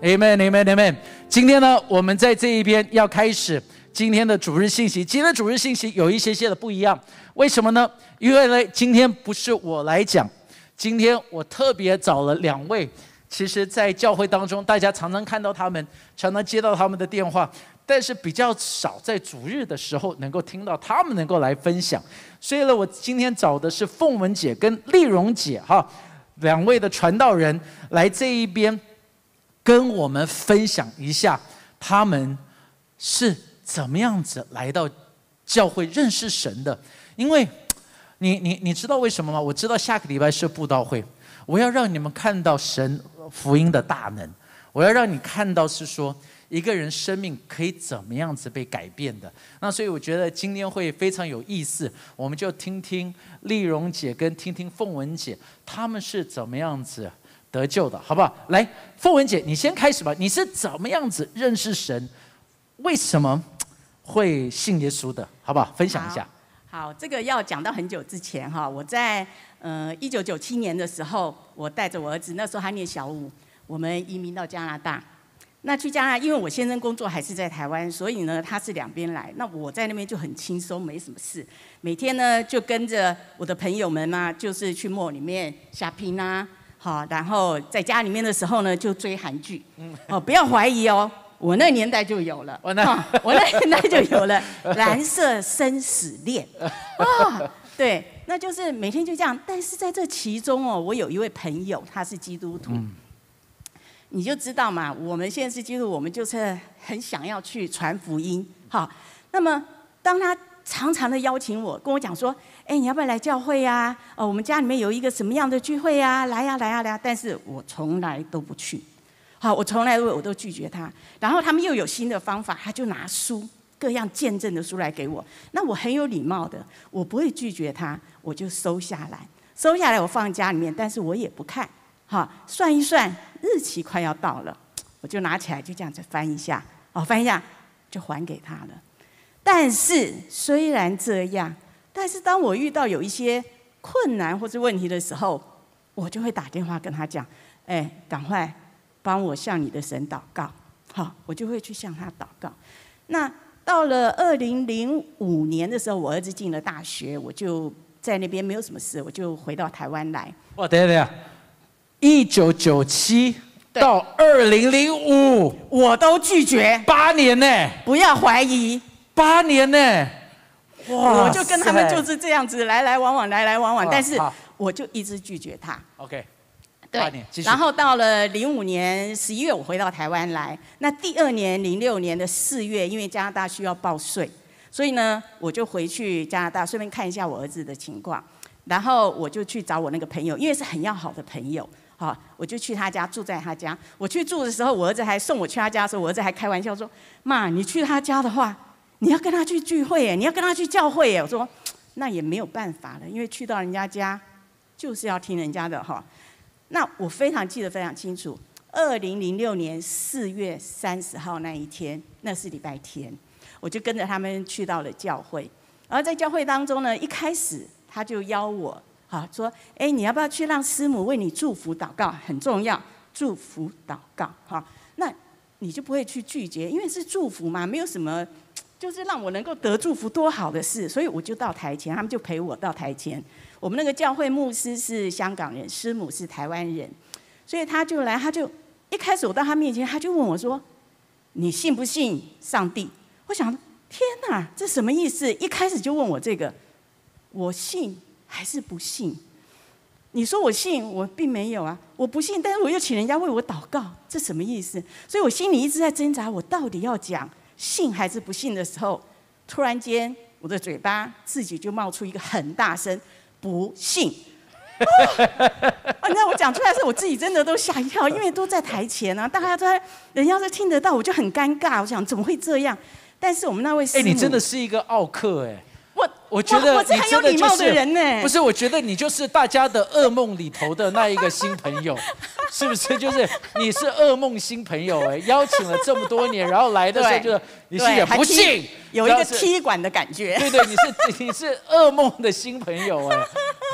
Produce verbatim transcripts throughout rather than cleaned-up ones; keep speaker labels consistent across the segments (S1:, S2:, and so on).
S1: Amen，Amen，Amen。今天呢，我们在这一边要开始今天的主日信息。今天的主日信息有一些些的不一样，为什么呢？因为呢，今天不是我来讲，今天我特别找了两位，其实在教会当中，大家常常看到他们，常常接到他们的电话，但是比较少在主日的时候能够听到他们能够来分享。所以呢，我今天找的是凤文姐跟丽蓉姐哈，两位的传道人来这一边。跟我们分享一下他们是怎么样子来到教会认识神的。因为你你你知道为什么吗？我知道下个礼拜是布道会，我要让你们看到神福音的大能，我要让你看到是说一个人生命可以怎么样子被改变的。那所以我觉得今天会非常有意思，我们就听听丽蓉姐跟听听凤文姐他们是怎么样子得救的，好不好？来，凤文姐，你先开始吧。你是怎么样子认识神？为什么会信耶稣的？好不好？分享一下。
S2: 好，好这个要讲到很久之前哈。我在呃一九九七年的时候，我带着我儿子，那时候他念小五，我们移民到加拿大。那去加拿大，因为我先生工作还是在台湾，所以呢他是两边来。那我在那边就很轻松，没什么事。每天呢就跟着我的朋友们嘛，就是去 mall 里面shopping啊。好，然后在家里面的时候呢，就追韩剧。哦，不要怀疑哦，我那年代就有了。我那、哦、我那年代就有了《蓝色生死恋》啊，对，那就是每天就这样。但是在这其中哦，我有一位朋友，他是基督徒，嗯、你就知道嘛，我们现在是基督徒，我们就是很想要去传福音。好，那么当他常常的邀请我，跟我讲说，哎，你要不要来教会呀？哦，我们家里面有一个什么样的聚会呀？来呀，来呀，来呀！但是我从来都不去。好，我从来都我都拒绝他。然后他们又有新的方法，他就拿书各样见证的书来给我。那我很有礼貌的，我不会拒绝他，我就收下来，收下来我放在家里面，但是我也不看。好，算一算日期快要到了，我就拿起来就这样子翻一下，哦，翻一下就还给他了。但是虽然这样，但是当我遇到有一些困难或是问题的时候，我就会打电话跟他讲，哎，赶快帮我向你的神祷告。好，我就会去向他祷告。那到了二零零五年的时候，我儿子进了大学，我就在那边没有什么事，我就回到台湾来。
S1: 哇，等一下等一下，一九九七到二零零五，
S2: 我都拒绝，
S1: 八年呢，
S2: 不要怀疑。八年呢，哇！我就跟他们就是这样子来来往往，来来往往，但是我就一直拒绝他。
S1: OK，
S2: 对。然后到了零五年十一月，我回到台湾来。那第二年零六年的四月，因为加拿大需要报税，所以呢，我就回去加拿大，顺便看一下我儿子的情况。然后我就去找我那个朋友，因为是很要好的朋友。好，我就去他家住在他家。我去住的时候，我儿子还送我去他家的时候，我儿子还开玩笑说：“妈，你去他家的话。”你要跟他去聚会耶，你要跟他去教会耶。我说，那也没有办法了，因为去到人家家，就是要听人家的哈。那我非常记得非常清楚，二零零六年四月三十号那一天，那是礼拜天，我就跟着他们去到了教会。然后在教会当中呢，一开始他就邀我，哈，说，哎，你要不要去让师母为你祝福祷告？很重要，祝福祷告，哈。那你就不会去拒绝，因为是祝福嘛，没有什么。就是让我能够得祝福，多好的事，所以我就到台前，他们就陪我到台前。我们那个教会牧师是香港人，师母是台湾人，所以他就来，他就一开始我到他面前，他就问我说：“你信不信上帝？”我想，天哪，这什么意思？一开始就问我这个，我信还是不信？你说我信，我并没有啊，我不信，但是我又请人家为我祷告，这什么意思？所以我心里一直在挣扎，我到底要讲信还是不信的时候，突然间我的嘴巴自己就冒出一个很大声不信。哦啊、你知道我讲出来的时候，我自己真的都吓一跳，因为都在台前啊，大家都在，人家都听得到，我就很尴尬。我想怎么会这样？但是我们那位师母，
S1: 哎，你真的是一个奥客哎。
S2: 我
S1: 我觉得
S2: 我是很有礼貌的人呢。
S1: 不是，我觉得你就是大家的噩梦里头的那一个新朋友，是不是？就是你是噩梦新朋友哎，邀请了这么多年，然后来的时候就你是也不信，
S2: 有一个踢馆的感觉。
S1: 对对，你是你是噩梦的新朋友哎。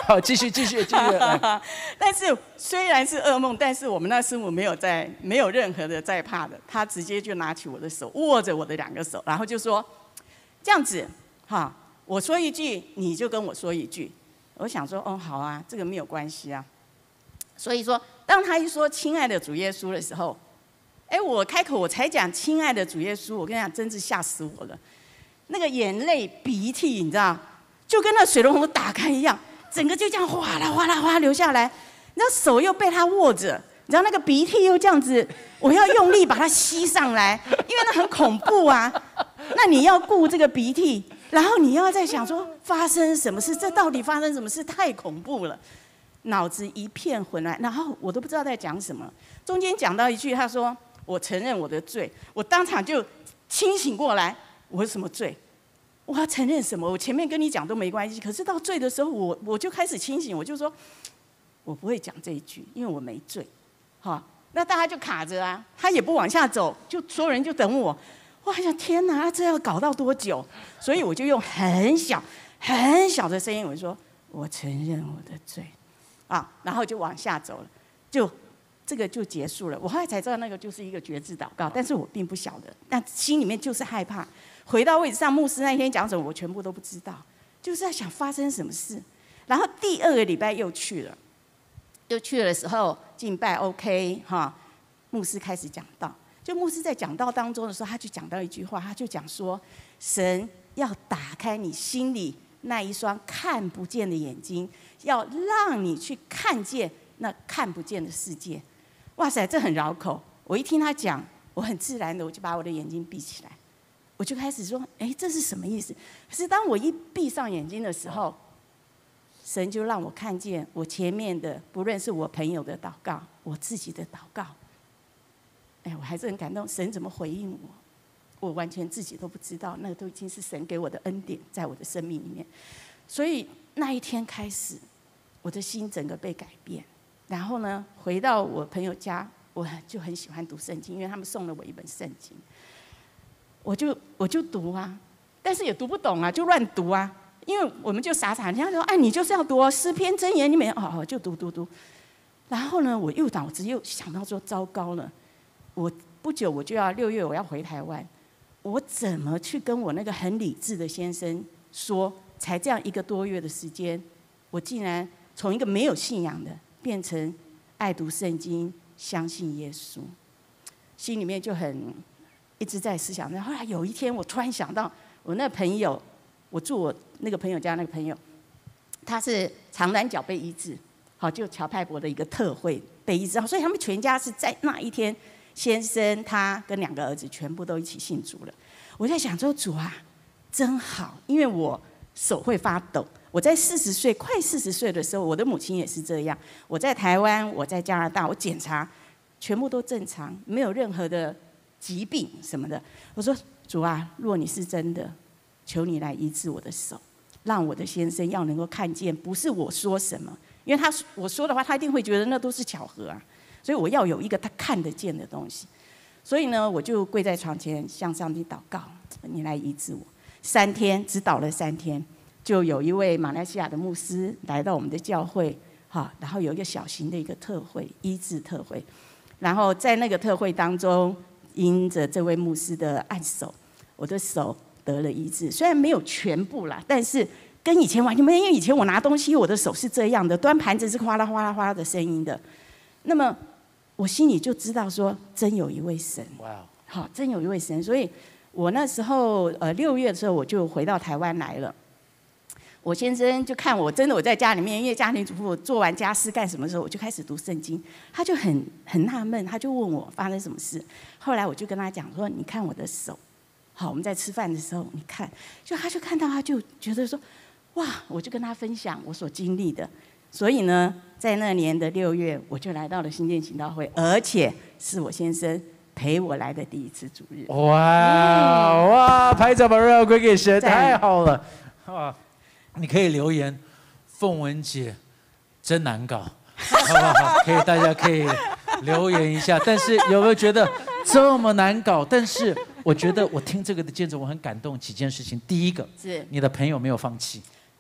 S1: 好，继续继续继续。
S2: 但是虽然是噩梦，但是我们那师母没有在，没有任何的在怕的，她直接就拿起我的手，握着我的两个手，然后就说这样子哈，我说一句你就跟我说一句。我想说哦好啊，这个没有关系啊。所以说，当他一说亲爱的主耶稣的时候，哎，我开口我才讲亲爱的主耶稣，我跟你讲，真是吓死我了。那个眼泪鼻涕，你知道，就跟那水龙头打开一样，整个就这样哗啦哗啦哗啦流下来。你知道手又被他握着，你知道那个鼻涕又这样子，我要用力把它吸上来，因为那很恐怖啊。那你要顾这个鼻涕，然后你要在想说发生什么事，这到底发生什么事？太恐怖了，脑子一片混乱，然后我都不知道在讲什么。中间讲到一句，他说：“我承认我的罪。”我当场就清醒过来，我有什么罪？我要承认什么？我前面跟你讲都没关系，可是到罪的时候，我我就开始清醒，我就说，我不会讲这一句，因为我没罪。好，那大家就卡着啊，他也不往下走，就所有人就等我。我还想天哪，这要搞到多久？所以我就用很小很小的声音，我就说：“我承认我的罪。”啊，然后就往下走了，就这个就结束了。我后来才知道那个就是一个决志祷告，但是我并不晓得，但心里面就是害怕。回到位置上，牧师那天讲什么，我全部都不知道，就是在想发生什么事。然后第二个礼拜又去了，又去了的时候敬拜 OK 哈，牧师开始讲道。就牧师在讲道当中的时候，他就讲到一句话，他就讲说：神要打开你心里那一双看不见的眼睛，要让你去看见那看不见的世界。哇塞，这很绕口。我一听他讲，我很自然的我就把我的眼睛闭起来，我就开始说：哎，这是什么意思？可是当我一闭上眼睛的时候，神就让我看见我前面的，不论是我朋友的祷告，我自己的祷告。哎，我还是很感动，神怎么回应我，我完全自己都不知道，那个都已经是神给我的恩典，在我的生命里面。所以那一天开始，我的心整个被改变。然后呢，回到我朋友家，我就很喜欢读圣经，因为他们送了我一本圣经，我就我就读啊，但是也读不懂啊，就乱读啊，因为我们就傻傻，人家说，哎，你就是要读哦，诗篇箴言，你每哦哦就读读读。然后呢，我又脑子又想到说，糟糕了。我不久我就要六月我要回台湾，我怎么去跟我那个很理智的先生说？才这样一个多月的时间，我竟然从一个没有信仰的变成爱读圣经、相信耶稣，心里面就很一直在思想。后来有一天，我突然想到，我那朋友，我住我那个朋友家那个朋友，他是长短脚被医治，好，就乔派伯的一个特会被医治，所以他们全家是在那一天。先生他跟两个儿子全部都一起信主了。我在想说，主啊，真好，因为我手会发抖。我在四十岁快四十岁的时候，我的母亲也是这样。我在台湾，我在加拿大，我检查全部都正常，没有任何的疾病什么的。我说，主啊，若你是真的，求你来医治我的手，让我的先生要能够看见，不是我说什么，因为他我说的话，他一定会觉得那都是巧合啊。所以我要有一个他看得见的东西，所以呢，我就跪在床前向上帝祷告，你来医治我。三天，只祷了三天，就有一位马来西亚的牧师来到我们的教会，哈，然后有一个小型的一个特会，医治特会。然后在那个特会当中，因着这位牧师的按手，我的手得了医治。虽然没有全部啦，但是跟以前完全不一样，因为以前我拿东西，我的手是这样的，端盘子是哗啦哗啦哗啦的声音的。那么我心里就知道说，真有一位神，好，真有一位神。所以我那时候呃六月的时候，我就回到台湾来了。我先生就看我，真的我在家里面，因为家庭主妇做完家事干什么的时候，我就开始读圣经。他就很很纳闷，他就问我发生什么事。后来我就跟他讲说，你看我的手，好，我们在吃饭的时候，你看，就他就看到，他就觉得说，哇，我就跟他分享我所经历的。所以呢，在那年的六月，我就来到了新店行道会，而且是我先生陪我来的第一次主日。
S1: 哇、嗯、哇，拍掌把荣耀归给神，太好了！啊，你可以留言，凤文姐真难搞，好不好？可以，大家可以留言一下。但是有没有觉得这么难搞？但是我觉得我听这个的见证，我很感动。几件事情，第一个是你的朋友没有放弃。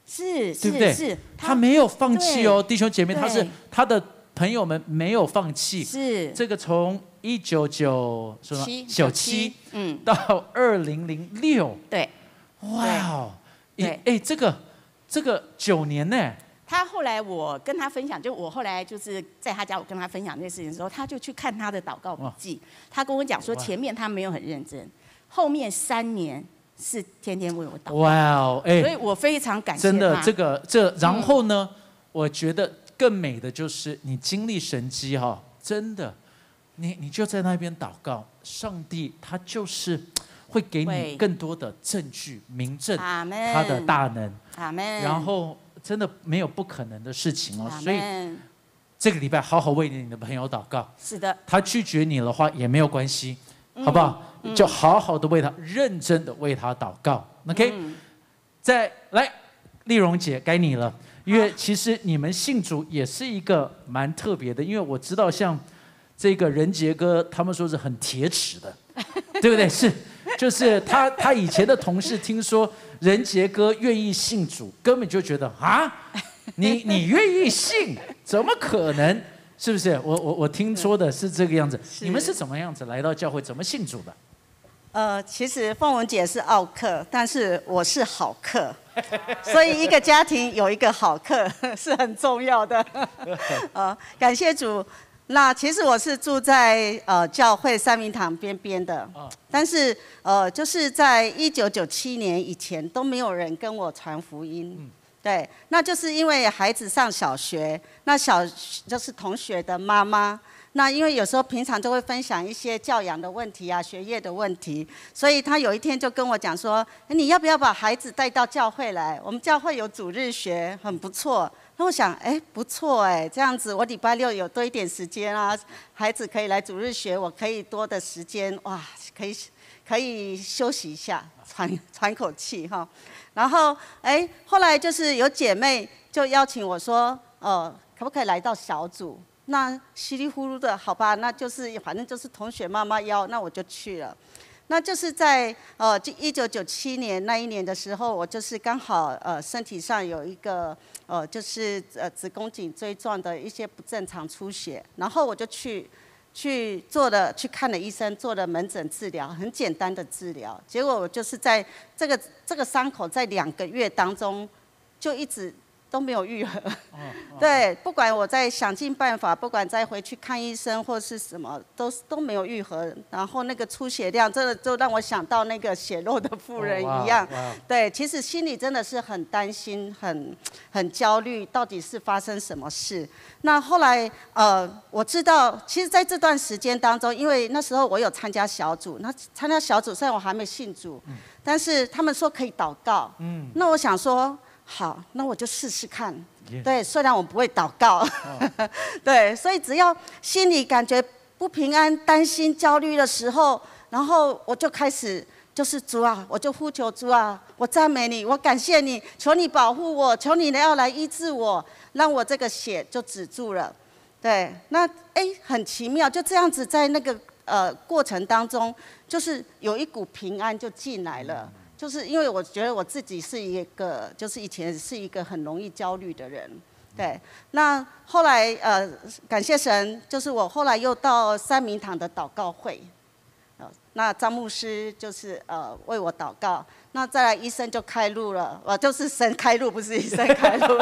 S2: 是，
S1: 对不对？
S2: 是，
S1: 他没有放弃哦，弟兄姐妹，
S2: 对
S1: 他是他的朋友们没有放弃。
S2: 是
S1: 这个从一九九什么九七，
S2: 嗯，
S1: 到二零零六，
S2: 对，
S1: 哇哦，
S2: 对，
S1: 哎，这个这个九年呢。
S2: 他后来我跟他分享，就我后来就是在他家，我跟他分享这件事情的时候，他就去看他的祷告笔记。他跟我讲说，前面他没有很认真，后面三年是天天为我祷告。
S1: 哇哦，哎，
S2: 所以我非常感谢他。
S1: 真的，这个这，然后呢，嗯、我觉得更美的就是你经历神迹哈、哦，真的，你你就在那边祷告，上帝他就是会给你更多的证据、明证他的大能。
S2: 阿们。
S1: 然后。真的没有不可能的事情哦，所以这个礼拜好好为你的朋友祷告。
S2: 是的，
S1: 他拒绝你的话也没有关系，好不好？嗯、就好好的为他，认真的为他祷告。OK，、嗯、再来，丽蓉姐该你了，因为其实你们信主也是一个蛮特别的，因为我知道像这个仁杰哥，他们说是很铁齿的，对不对？是。就是他，他以前的同事听说仁杰哥愿意信主，根本就觉得啊，你你愿意信，怎么可能？是不是？我我我听说的是这个样子。你们是怎么样子来到教会，怎么信主的？
S3: 呃，其实凤文姐是奥客，但是我是好客，所以一个家庭有一个好客是很重要的。呃，感谢主。那其实我是住在呃教会三明堂边边的，但是呃就是在一九九七年以前都没有人跟我传福音，嗯、对，那就是因为孩子上小学，那小就是同学的妈妈，那因为有时候平常都会分享一些教养的问题啊、学业的问题，所以他有一天就跟我讲说，你要不要把孩子带到教会来？我们教会有主日学，很不错。那我想，哎，不错哎，这样子我礼拜六有多一点时间啊，孩子可以来主日学，我可以多的时间，哇，可以可以休息一下，喘喘口气哈。然后，哎，后来就是有姐妹就邀请我说，呃，可不可以来到小组？那稀里糊涂的，好吧，那就是反正就是同学妈妈邀，那我就去了。那就是在呃一九九七年那一年的时候，我就是刚好呃身体上有一个呃就是呃子宫颈椎状的一些不正常出血，然后我就去去做了去看了医生，做了门诊治疗，很简单的治疗。结果我就是在这个这个伤口在两个月当中就一直都没有愈合。对，不管我在想尽办法，不管再回去看医生或是什么，都都没有愈合。然后那个出血量真的就让我想到那个血肉的妇人一样。对，其实心里真的是很担心，很很焦虑，到底是发生什么事？那后来呃，我知道，其实在这段时间当中，因为那时候我有参加小组，那参加小组虽然我还没信主，嗯、但是他们说可以祷告。嗯，那我想说。好，那我就试试看。Yeah. 对，虽然我不会祷告， oh. 对，所以只要心里感觉不平安、担心、焦虑的时候，然后我就开始就是主啊，我就呼求主啊，我赞美你，我感谢你，求你保护我，求你要来医治我，让我这个血就止住了。对，那哎，很奇妙，就这样子在那个呃过程当中，就是有一股平安就进来了。Mm. 就是因为我觉得我自己是一个，就是以前是一个很容易焦虑的人，对。那后来呃，感谢神，就是我后来又到三明堂的祷告会，呃，那张牧师就是呃为我祷告，那再来医生就开路了，呃，就是神开路，不是医生开路，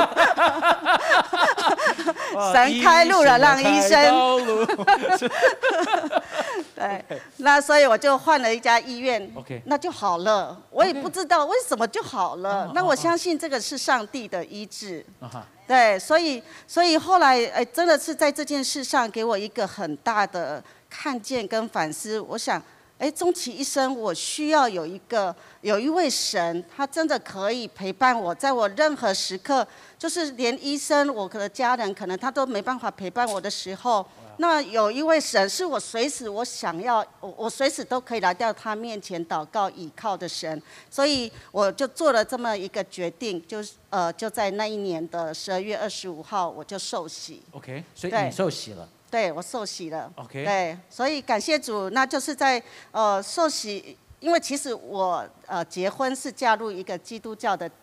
S3: 神开路了，让医生。对，那所以我就换了一家医院，
S1: okay.
S3: 那就好了。我也不知道为什么就好了。Okay. 那我相信这个是上帝的医治。Uh-huh. 对，所以所以后来哎，真的是在这件事上给我一个很大的看见跟反思。我想，哎，终其一生，我需要有一个有一位神，他真的可以陪伴我，在我任何时刻，就是连医生、我的家人，可能他都没办法陪伴我的时候。那有一位神是我随时我想要，我我随时都可以来到他面前祷告倚靠的神，所以我就做了这么一个决定，就是呃就在那一年的十二月二十五号，我就受洗。
S1: OK， 所以你受洗了。
S3: 对，我受洗了。
S1: OK。
S3: 对，所以感谢主，那就是在呃受洗，因为其实我呃结婚是嫁入一个基督教的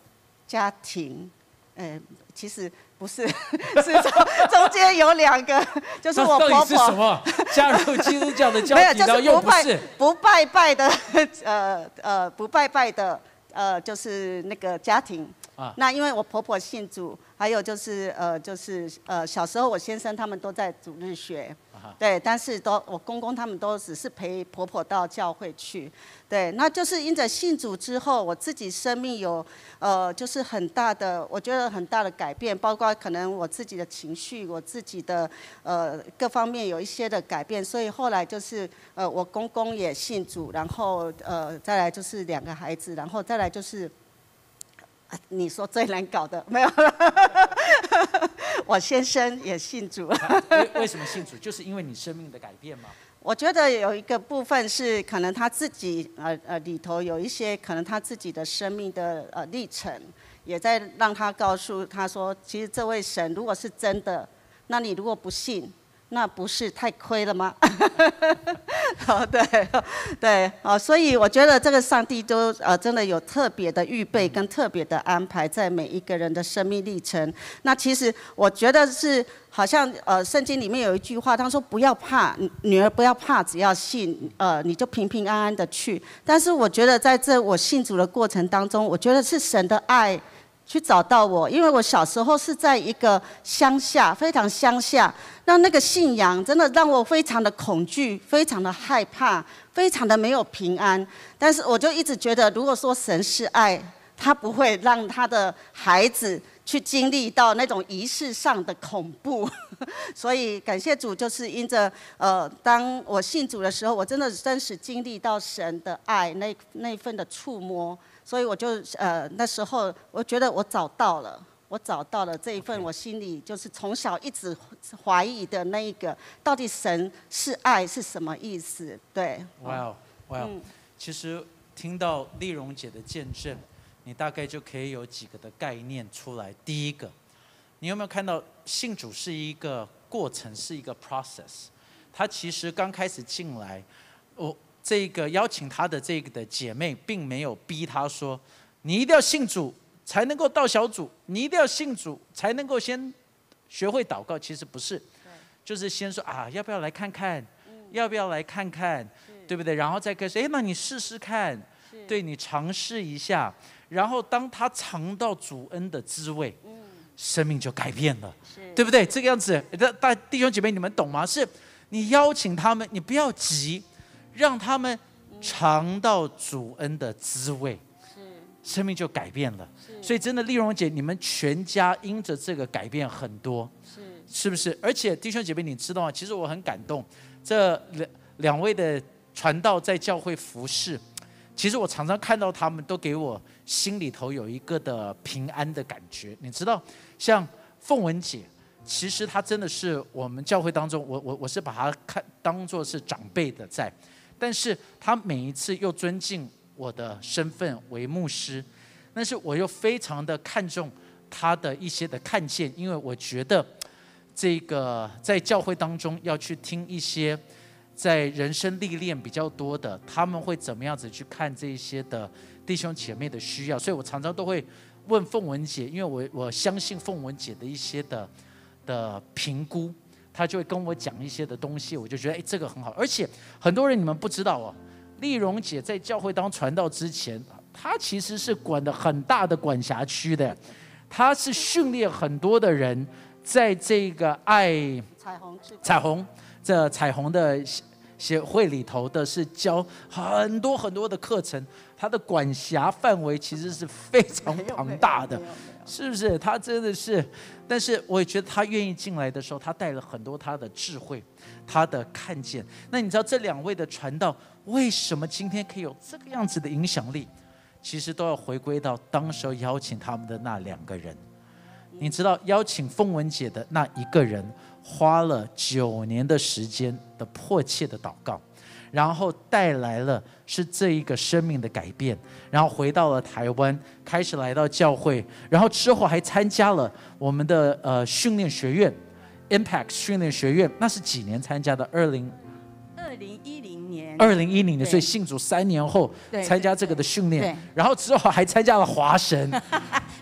S3: 家庭，呃，其实不是，是中中间有两个，就是我婆婆。
S1: 是什么？加入基督教的教
S3: 没有，
S1: 体，
S3: 就是不拜
S1: 又不是
S3: 不拜拜的，呃呃，不拜拜的，呃，就是那个家庭。啊、那因为我婆婆信主，还有就是呃就是呃小时候我先生他们都在主日学，啊、对，但是都我公公他们都只是陪婆婆到教会去，对，那就是因着信主之后，我自己生命有呃就是很大的，我觉得很大的改变，包括可能我自己的情绪，我自己的呃各方面有一些的改变，所以后来就是呃我公公也信主，然后呃再来就是两个孩子，然后再来就是。你说最难搞的没有？我先生也信主。
S1: 为为什么信主？就是因为你生命的改变吗？
S3: 我觉得有一个部分是可能他自己呃呃里头有一些可能他自己的生命的呃历程，也在让他告诉他说，其实这位神如果是真的，那你如果不信。那不是太亏了吗？哦，对，对，哦，所以我觉得这个上帝都呃真的有特别的预备跟特别的安排在每一个人的生命历程。那其实我觉得是好像呃圣经里面有一句话，他说不要怕，女儿不要怕，只要信，呃你就平平安安的去。但是我觉得在这我信主的过程当中，我觉得是神的爱。去找到我，因为我小时候是在一个乡下，非常乡下，那那个信仰真的让我非常的恐惧，非常的害怕，非常的没有平安。但是我就一直觉得，如果说神是爱，他不会让他的孩子去经历到那种仪式上的恐怖。所以感谢主，就是因着呃，当我信主的时候，我真的真实经历到神的爱，那那份的触摸。所以我就呃那时候我觉得我找到了，我找到了这一份我心里就是从小一直怀疑的那一个，到底神是爱是什么意思？对。
S1: 哇哦，哇哦！其实听到丽蓉姐的见证，你大概就可以有几个的概念出来。第一个，你有没有看到信主是一个过程，是一个 process？ 他其实刚开始进来，我。这个邀请他的这个的姐妹，并没有逼他说，你一定要信主才能够到小组，你一定要信主才能够先学会祷告。其实不是，就是先说啊，要不要来看看？要不要来看看？对不对？然后再开始，哎，那你试试看，对你尝试一下。然后当他尝到主恩的滋味，生命就改变了，对不对？这个样子，大弟兄姐妹，你们懂吗？是你邀请他们，你不要急。让他们尝到主恩的滋味，生命就改变了。所以真的，丽蓉姐，你们全家因着这个改变很多，是是不是？而且弟兄姐妹，你知道吗？其实我很感动，这两两位的传道在教会服侍，其实我常常看到他们都给我心里头有一个的平安的感觉。你知道，像凤文姐。其实她真的是我们教会当中，我我我是把她看当作是长辈的在，但是她每一次又尊敬我的身份为牧师，但是我又非常的看重她的一些的看见，因为我觉得这个在教会当中要去听一些在人生历练比较多的，他们会怎么样子去看这些的弟兄姐妹的需要，所以我常常都会问凤文姐，因为我我相信凤文姐的一些的。的评估，他就会跟我讲一些的东西，我就觉得哎，这个很好。而且很多人你们不知道哦，丽蓉姐在教会当传道之前，她其实是管的很大的管辖区的，她是训练很多的人，在这个爱
S3: 彩虹
S1: 彩虹这彩虹的协会里头的是教很多很多的课程，她的管辖范围其实是非常庞大的。是不是？他真的是，但是我也觉得他愿意进来的时候，他带了很多他的智慧，他的看见。那你知道这两位的传道为什么今天可以有这个样子的影响力？其实都要回归到当时候邀请他们的那两个人。你知道，邀请凤文姐的那一个人，花了九年的时间的迫切的祷告。然后带来了是这一个生命的改变，然后回到了台湾，开始来到教会，然后之后还参加了我们的呃训练学院 ，Impact 训练学院，那是几年参加的？二零
S2: 二零一零年，
S1: 二零一零年，所以信主三年后参加这个的训练，然后之后还参加了华神，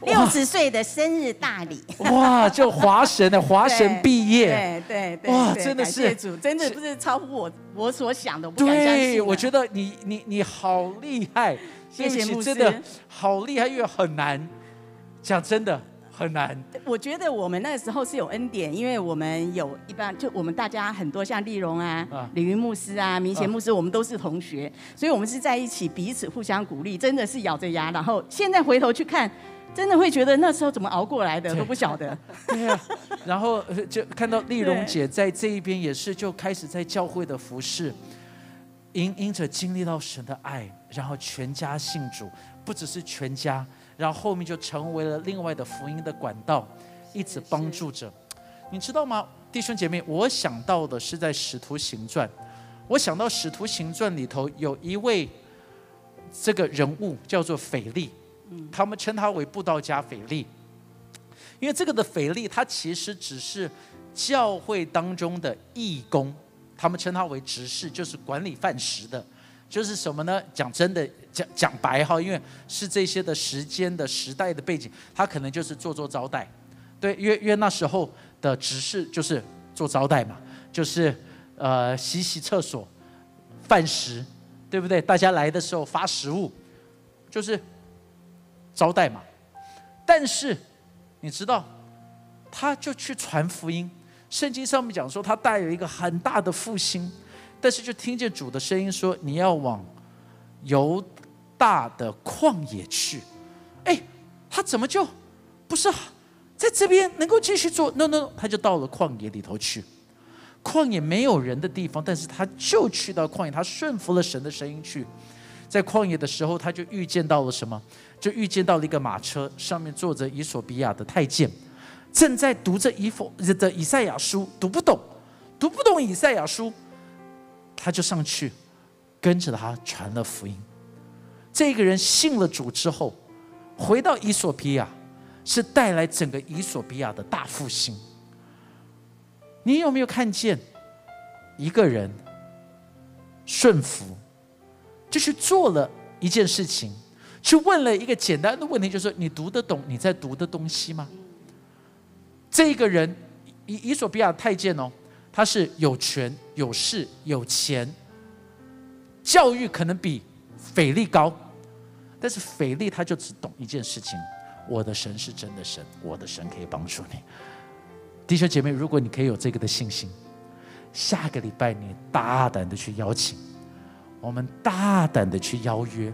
S2: 六十岁的生日大礼。
S1: 哇，就华神的华神毕业，
S2: 对对对，
S1: 哇，真的是
S2: 主，真的不是超乎我我所想的，我不敢相信。
S1: 对，我觉得你你你好厉害，
S2: 谢谢牧师，
S1: 真的好厉害，因为很难，讲真的。很难。
S2: 我觉得我们那个时候是有恩典，因为我们有一般就我们大家很多像丽蓉啊、啊李云牧师啊、明贤牧师，啊、我们都是同学，所以我们是在一起彼此互相鼓励，真的是咬着牙。然后现在回头去看，真的会觉得那时候怎么熬过来的都不晓得。
S1: 对啊，然后就看到丽蓉姐在这一边也是就开始在教会的服事，因因着经历到神的爱，然后全家信主，不只是全家。然后后面就成为了另外的福音的管道，一直帮助着。你知道吗，弟兄姐妹？我想到的是在《使徒行传》，我想到《使徒行传》里头有一位这个人物叫做腓利，他们称他为布道家腓利。因为这个的腓利，他其实只是教会当中的义工，他们称他为执事，就是管理饭食的。就是什么呢？讲真的，讲讲白哈，因为是这些的时间的时代的背景，他可能就是做做招待，对，因为因为那时候的执事就是做招待嘛，就是呃洗洗厕所、饭食，对不对？大家来的时候发食物，就是招待嘛。但是你知道，他就去传福音，圣经上面讲说他带有一个很大的复兴。但是就听见主的声音说，你要往犹大的旷野去。哎，他怎么就不是在这边能够继续做 ？No No， 他就到了旷野里头去。旷野没有人的地方，但是他就去到旷野，他顺服了神的声音去。在旷野的时候，他就遇见到了什么？就遇见到了一个马车，上面坐着以索比亚的太监，正在读着以弗的以赛亚书，读不懂，读不懂以赛亚书。他就上去跟着他传了福音。这个人信了主之后，回到以索比亚，是带来整个以索比亚的大复兴。你有没有看见一个人顺服，就去做了一件事情，去问了一个简单的问题，就是说你读得懂你在读的东西吗？这个人以以索比亚太监哦，他是有权有势有钱，教育可能比腓利高，但是腓利他就只懂一件事情，我的神是真的神，我的神可以帮助你。弟兄姐妹，如果你可以有这个的信心，下个礼拜你大胆的去邀请，我们大胆的去邀约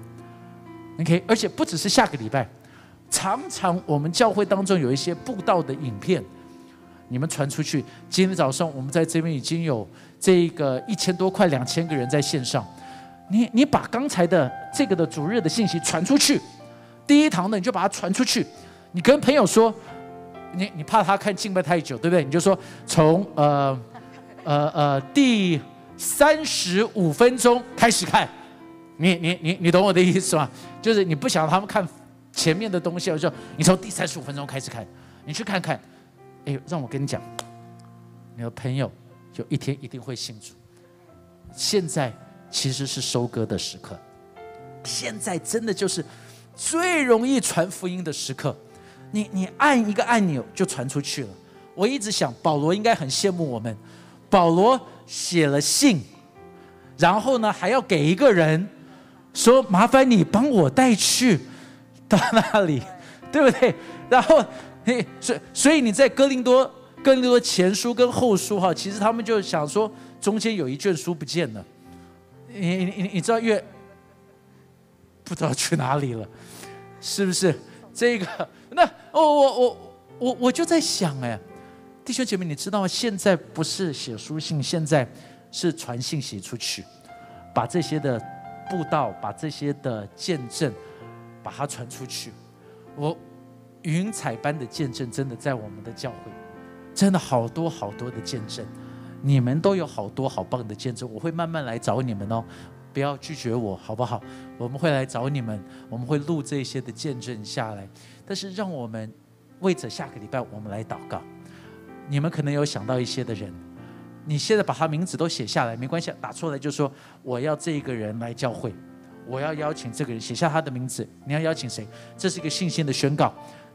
S1: OK， 而且不只是下个礼拜，常常我们教会当中有一些布道的影片，你们传出去。今天早上我们在这边已经有这个一千多快两千个人在线上，你你把刚才的这个的主日的信息传出去，第一堂的你就把它传出去，你跟朋友说，你你怕他看敬拜太久，对不对？你就说从呃呃呃第三十五分钟开始看，你你你你懂我的意思吗？就是你不想让他们看前面的东西，我就说你从第三十五分钟开始看，你去看看。哎，让我跟你讲，你的朋友有一天一定会信主。现在其实是收割的时刻，现在真的就是最容易传福音的时刻。你你按一个按钮就传出去了。我一直想，保罗应该很羡慕我们。保罗写了信，然后呢还要给一个人说，麻烦你帮我带去到那里，对不对？然后。所以，所以你在哥林多、哥林多前书跟后书哈，其实他们就想说，中间有一卷书不见了，你你你知道，越不知道去哪里了，是不是？这个那我我我我我就在想哎，弟兄姐妹，你知道吗？现在不是写书信，现在是传信息出去，把这些的布道，把这些的见证，把它传出去。我。云彩般的见证真的在我们的教会，真的好多好多的见证，你们都有好多好棒的见证，我会慢慢来找你们哦，不要拒绝我好不好？我们会来找你们，我们会录这些的见证下来，但是让我们为着下个礼拜我们来祷告。你们可能有想到一些的人，你现在把他名字都写下来没关系，打出来就说我要这个人来教会，我要邀请这个人，写下他的名字，你要邀请谁？这是一个信心的宣告。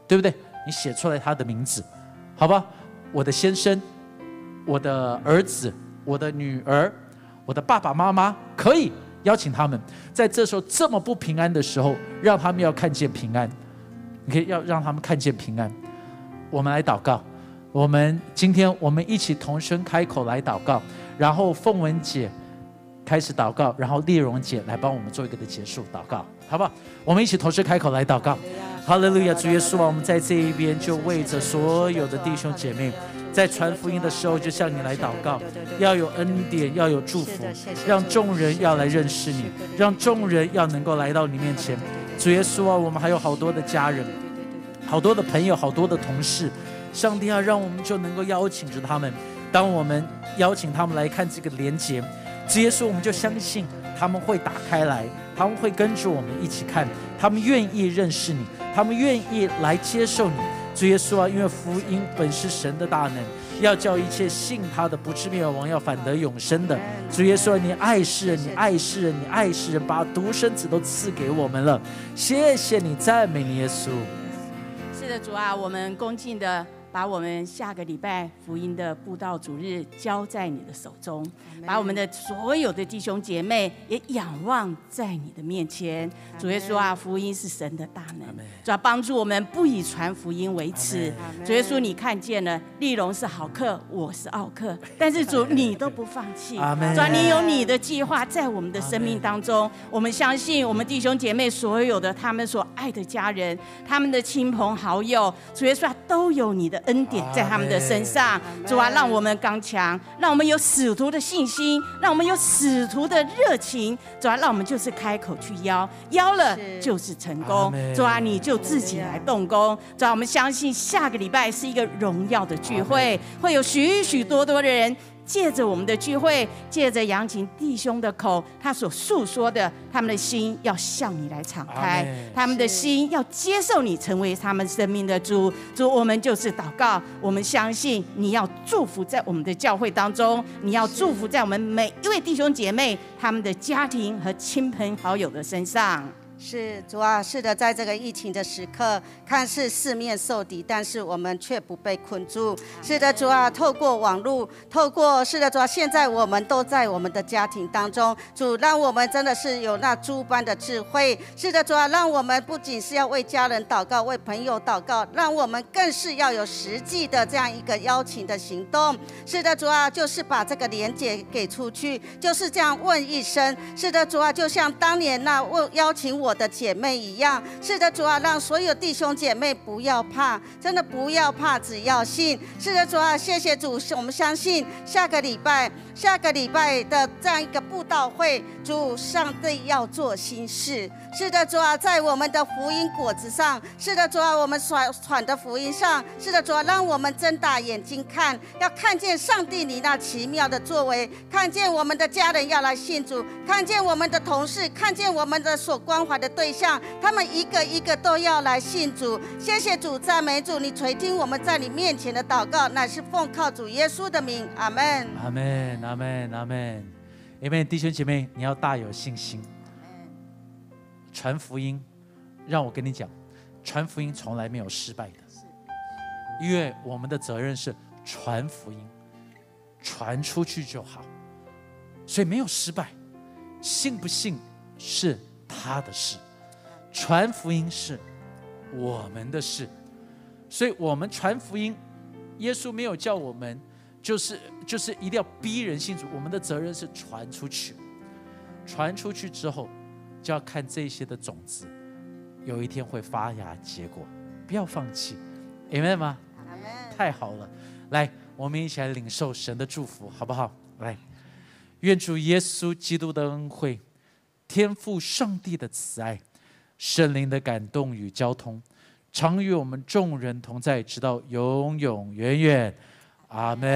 S1: 对不对？你写出来他的名字，好吧？我的先生，我的儿子，我的女儿，我的爸爸妈妈，可以邀请他们，在这时候这么不平安的时候，让他们要看见平安。你可以要让他们看见平安。我们来祷告，我们今天我们一起同声开口来祷告，然后凤文姐开始祷告，然后丽蓉姐来帮我们做一个的结束祷告，好不好？我们一起同时开口来祷告。哈利路亚，主耶稣啊，我们在这一边就为着所有的弟兄姐妹，在传福音的时候就向你来祷告，要有恩典，要有祝福，让众人要来认识你，让众人要能够来到你面前。主耶稣啊，我们还有好多的家人，好多的朋友，好多的同事，上帝啊，让我们就能够邀请着他们。当我们邀请他们来看这个连结，主耶稣，我们就相信他们会打开来，他们会跟着我们一起看，他们愿意认识你，他们愿意来接受你。主耶稣啊，因为福音本是神的大能，要叫一切信他的不至灭亡，要反得永生的。主耶稣啊，你爱世人，你爱世人，你爱世人，把独生子都赐给我们了。谢谢你，赞美你，耶稣。
S2: 是的，主啊，我们恭敬的把我们下个礼拜福音的布道主日交在你的手中，把我们的所有的弟兄姐妹也仰望在你的面前。主耶稣啊，福音是神的大能，主要帮助我们不以传福音为耻。主耶稣，你看见了，丽蓉是好客，我是奥客，但是主你都不放弃。主要你有你的计划在我们的生命当中，我们相信我们弟兄姐妹所有的他们所爱的家人，他们的亲朋好友，主耶稣啊，都有你的恩典在他们的身上。主啊，让我们刚强，让我们有使徒的信心，让我们有使徒的热情。主啊，让我们就是开口去邀，邀了就是成功。主啊，你就自己来动工。主啊，我们相信下个礼拜是一个荣耀的聚会，会有许许多多的人借着我们的聚会，借着杨琴弟兄的口，他所诉说的，他们的心要向你来敞开，他们的心要接受你成为他们生命的主。主，我们就是祷告，我们相信你要祝福在我们的教会当中，你要祝福在我们每一位弟兄姐妹他们的家庭和亲朋好友的身上。
S3: 是主啊，是的，在这个疫情的时刻，看似四面受敌，但是我们却不被困住。是的，主啊，透过网络，透过是的主啊，现在我们都在我们的家庭当中，主让我们真的是有那诸般的智慧。是的，主啊，让我们不仅是要为家人祷告，为朋友祷告，让我们更是要有实际的这样一个邀请的行动。是的，主啊，就是把这个连结给出去，就是这样问一声。是的，主啊，就像当年那问邀请我。我的姐妹一样。是的，主啊，让所有弟兄姐妹不要怕，真的不要怕，只要信。是的，主啊，谢谢主，我们相信下个礼拜下个礼拜的这样一个布道会，主上帝要做新事。是的，主啊，在我们的福音果子上，是的，主啊，我们所传的福音上，是的，主啊，让我们睁大眼睛看，要看见上帝你那奇妙的作为，看见我们的家人要来信主，看见我们的同事，看见我们的所关怀的对象，他们一个一个都要来信主。谢谢主，赞美主，你垂听我们在你面前的祷告，乃是奉靠主耶稣的名，阿们，
S1: 阿们，阿们，阿们，阿们。弟兄姐妹，你要大有信心，传福音。让我跟你讲，传福音从来没有失败的，因为我们的责任是传福音，传出去就好，所以没有失败。信不信是他的事，传福音是我们的事。所以我们传福音，耶稣没有叫我们就是就是一定要逼人信主，我们的责任是传出去。传出去之后，就要看这些的种子有一天会发芽结果，不要放弃。 Amen 吗？ Amen。 太好了，来，我们一起来领受神的祝福，好不好？来，愿主耶稣基督的恩惠，天父上帝的慈爱，圣灵的感动与交通，常与我们众人同在，直到永永远远。阿们，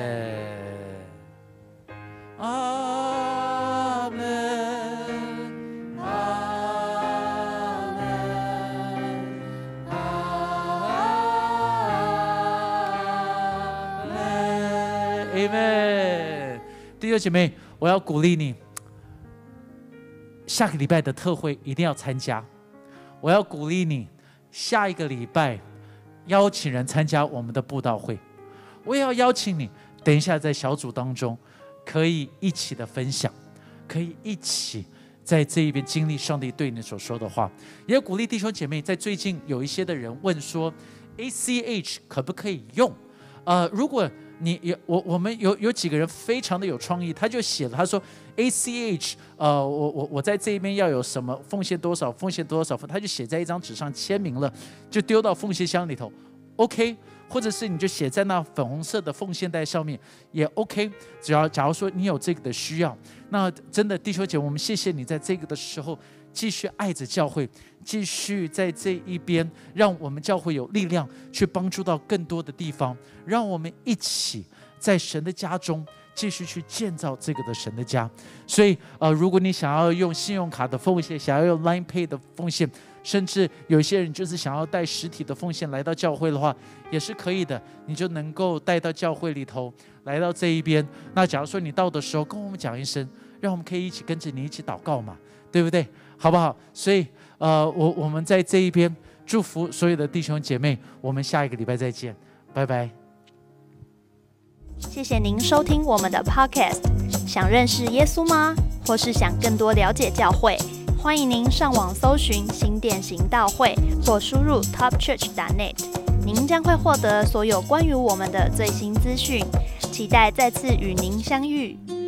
S1: 阿们，阿们，阿们，阿们。弟兄姐妹，我要鼓励你，下个礼拜的特会一定要参加。我要鼓励你，下一个礼拜邀请人参加我们的布道会。我也要邀请你，等一下在小组当中可以一起的分享，可以一起在这一边经历上帝对你所说的话。也鼓励弟兄姐妹，在最近有一些的人问说 A C H 可不可以用？呃，如果你有我我们有有几个人非常的有创意，他就写了，他说 A C H 呃我我我在这一边要有什么奉献多少奉献多少，他就写在一张纸上签名了，就丢到奉献箱里头 OK， 或者是你就写在那粉红色的奉献袋上面也 OK。 只要假如说你有这个的需要，那真的弟兄姐妹，我们谢谢你在这个的时候继续爱着教会，继续在这一边让我们教会有力量去帮助到更多的地方，让我们一起在神的家中继续去建造这个的神的家。所以呃，如果你想要用信用卡的奉献，想要用 Line Pay 的奉献，甚至有些人就是想要带实体的奉献来到教会的话，也是可以的，你就能够带到教会里头来到这一边。那假如说你到的时候跟我们讲一声，让我们可以一起跟着你一起祷告嘛，对不对？好不好？所以呃，我我们在这一边祝福所有的弟兄姐妹，我们下一个礼拜再见，拜拜。
S4: 谢谢您收听我们的 Podcast。 想认识耶稣吗？或是想更多了解教会？欢迎您上网搜寻新店行道会，或输入 top church dot net， 您将会获得所有关于我们的最新资讯。期待再次与您相遇。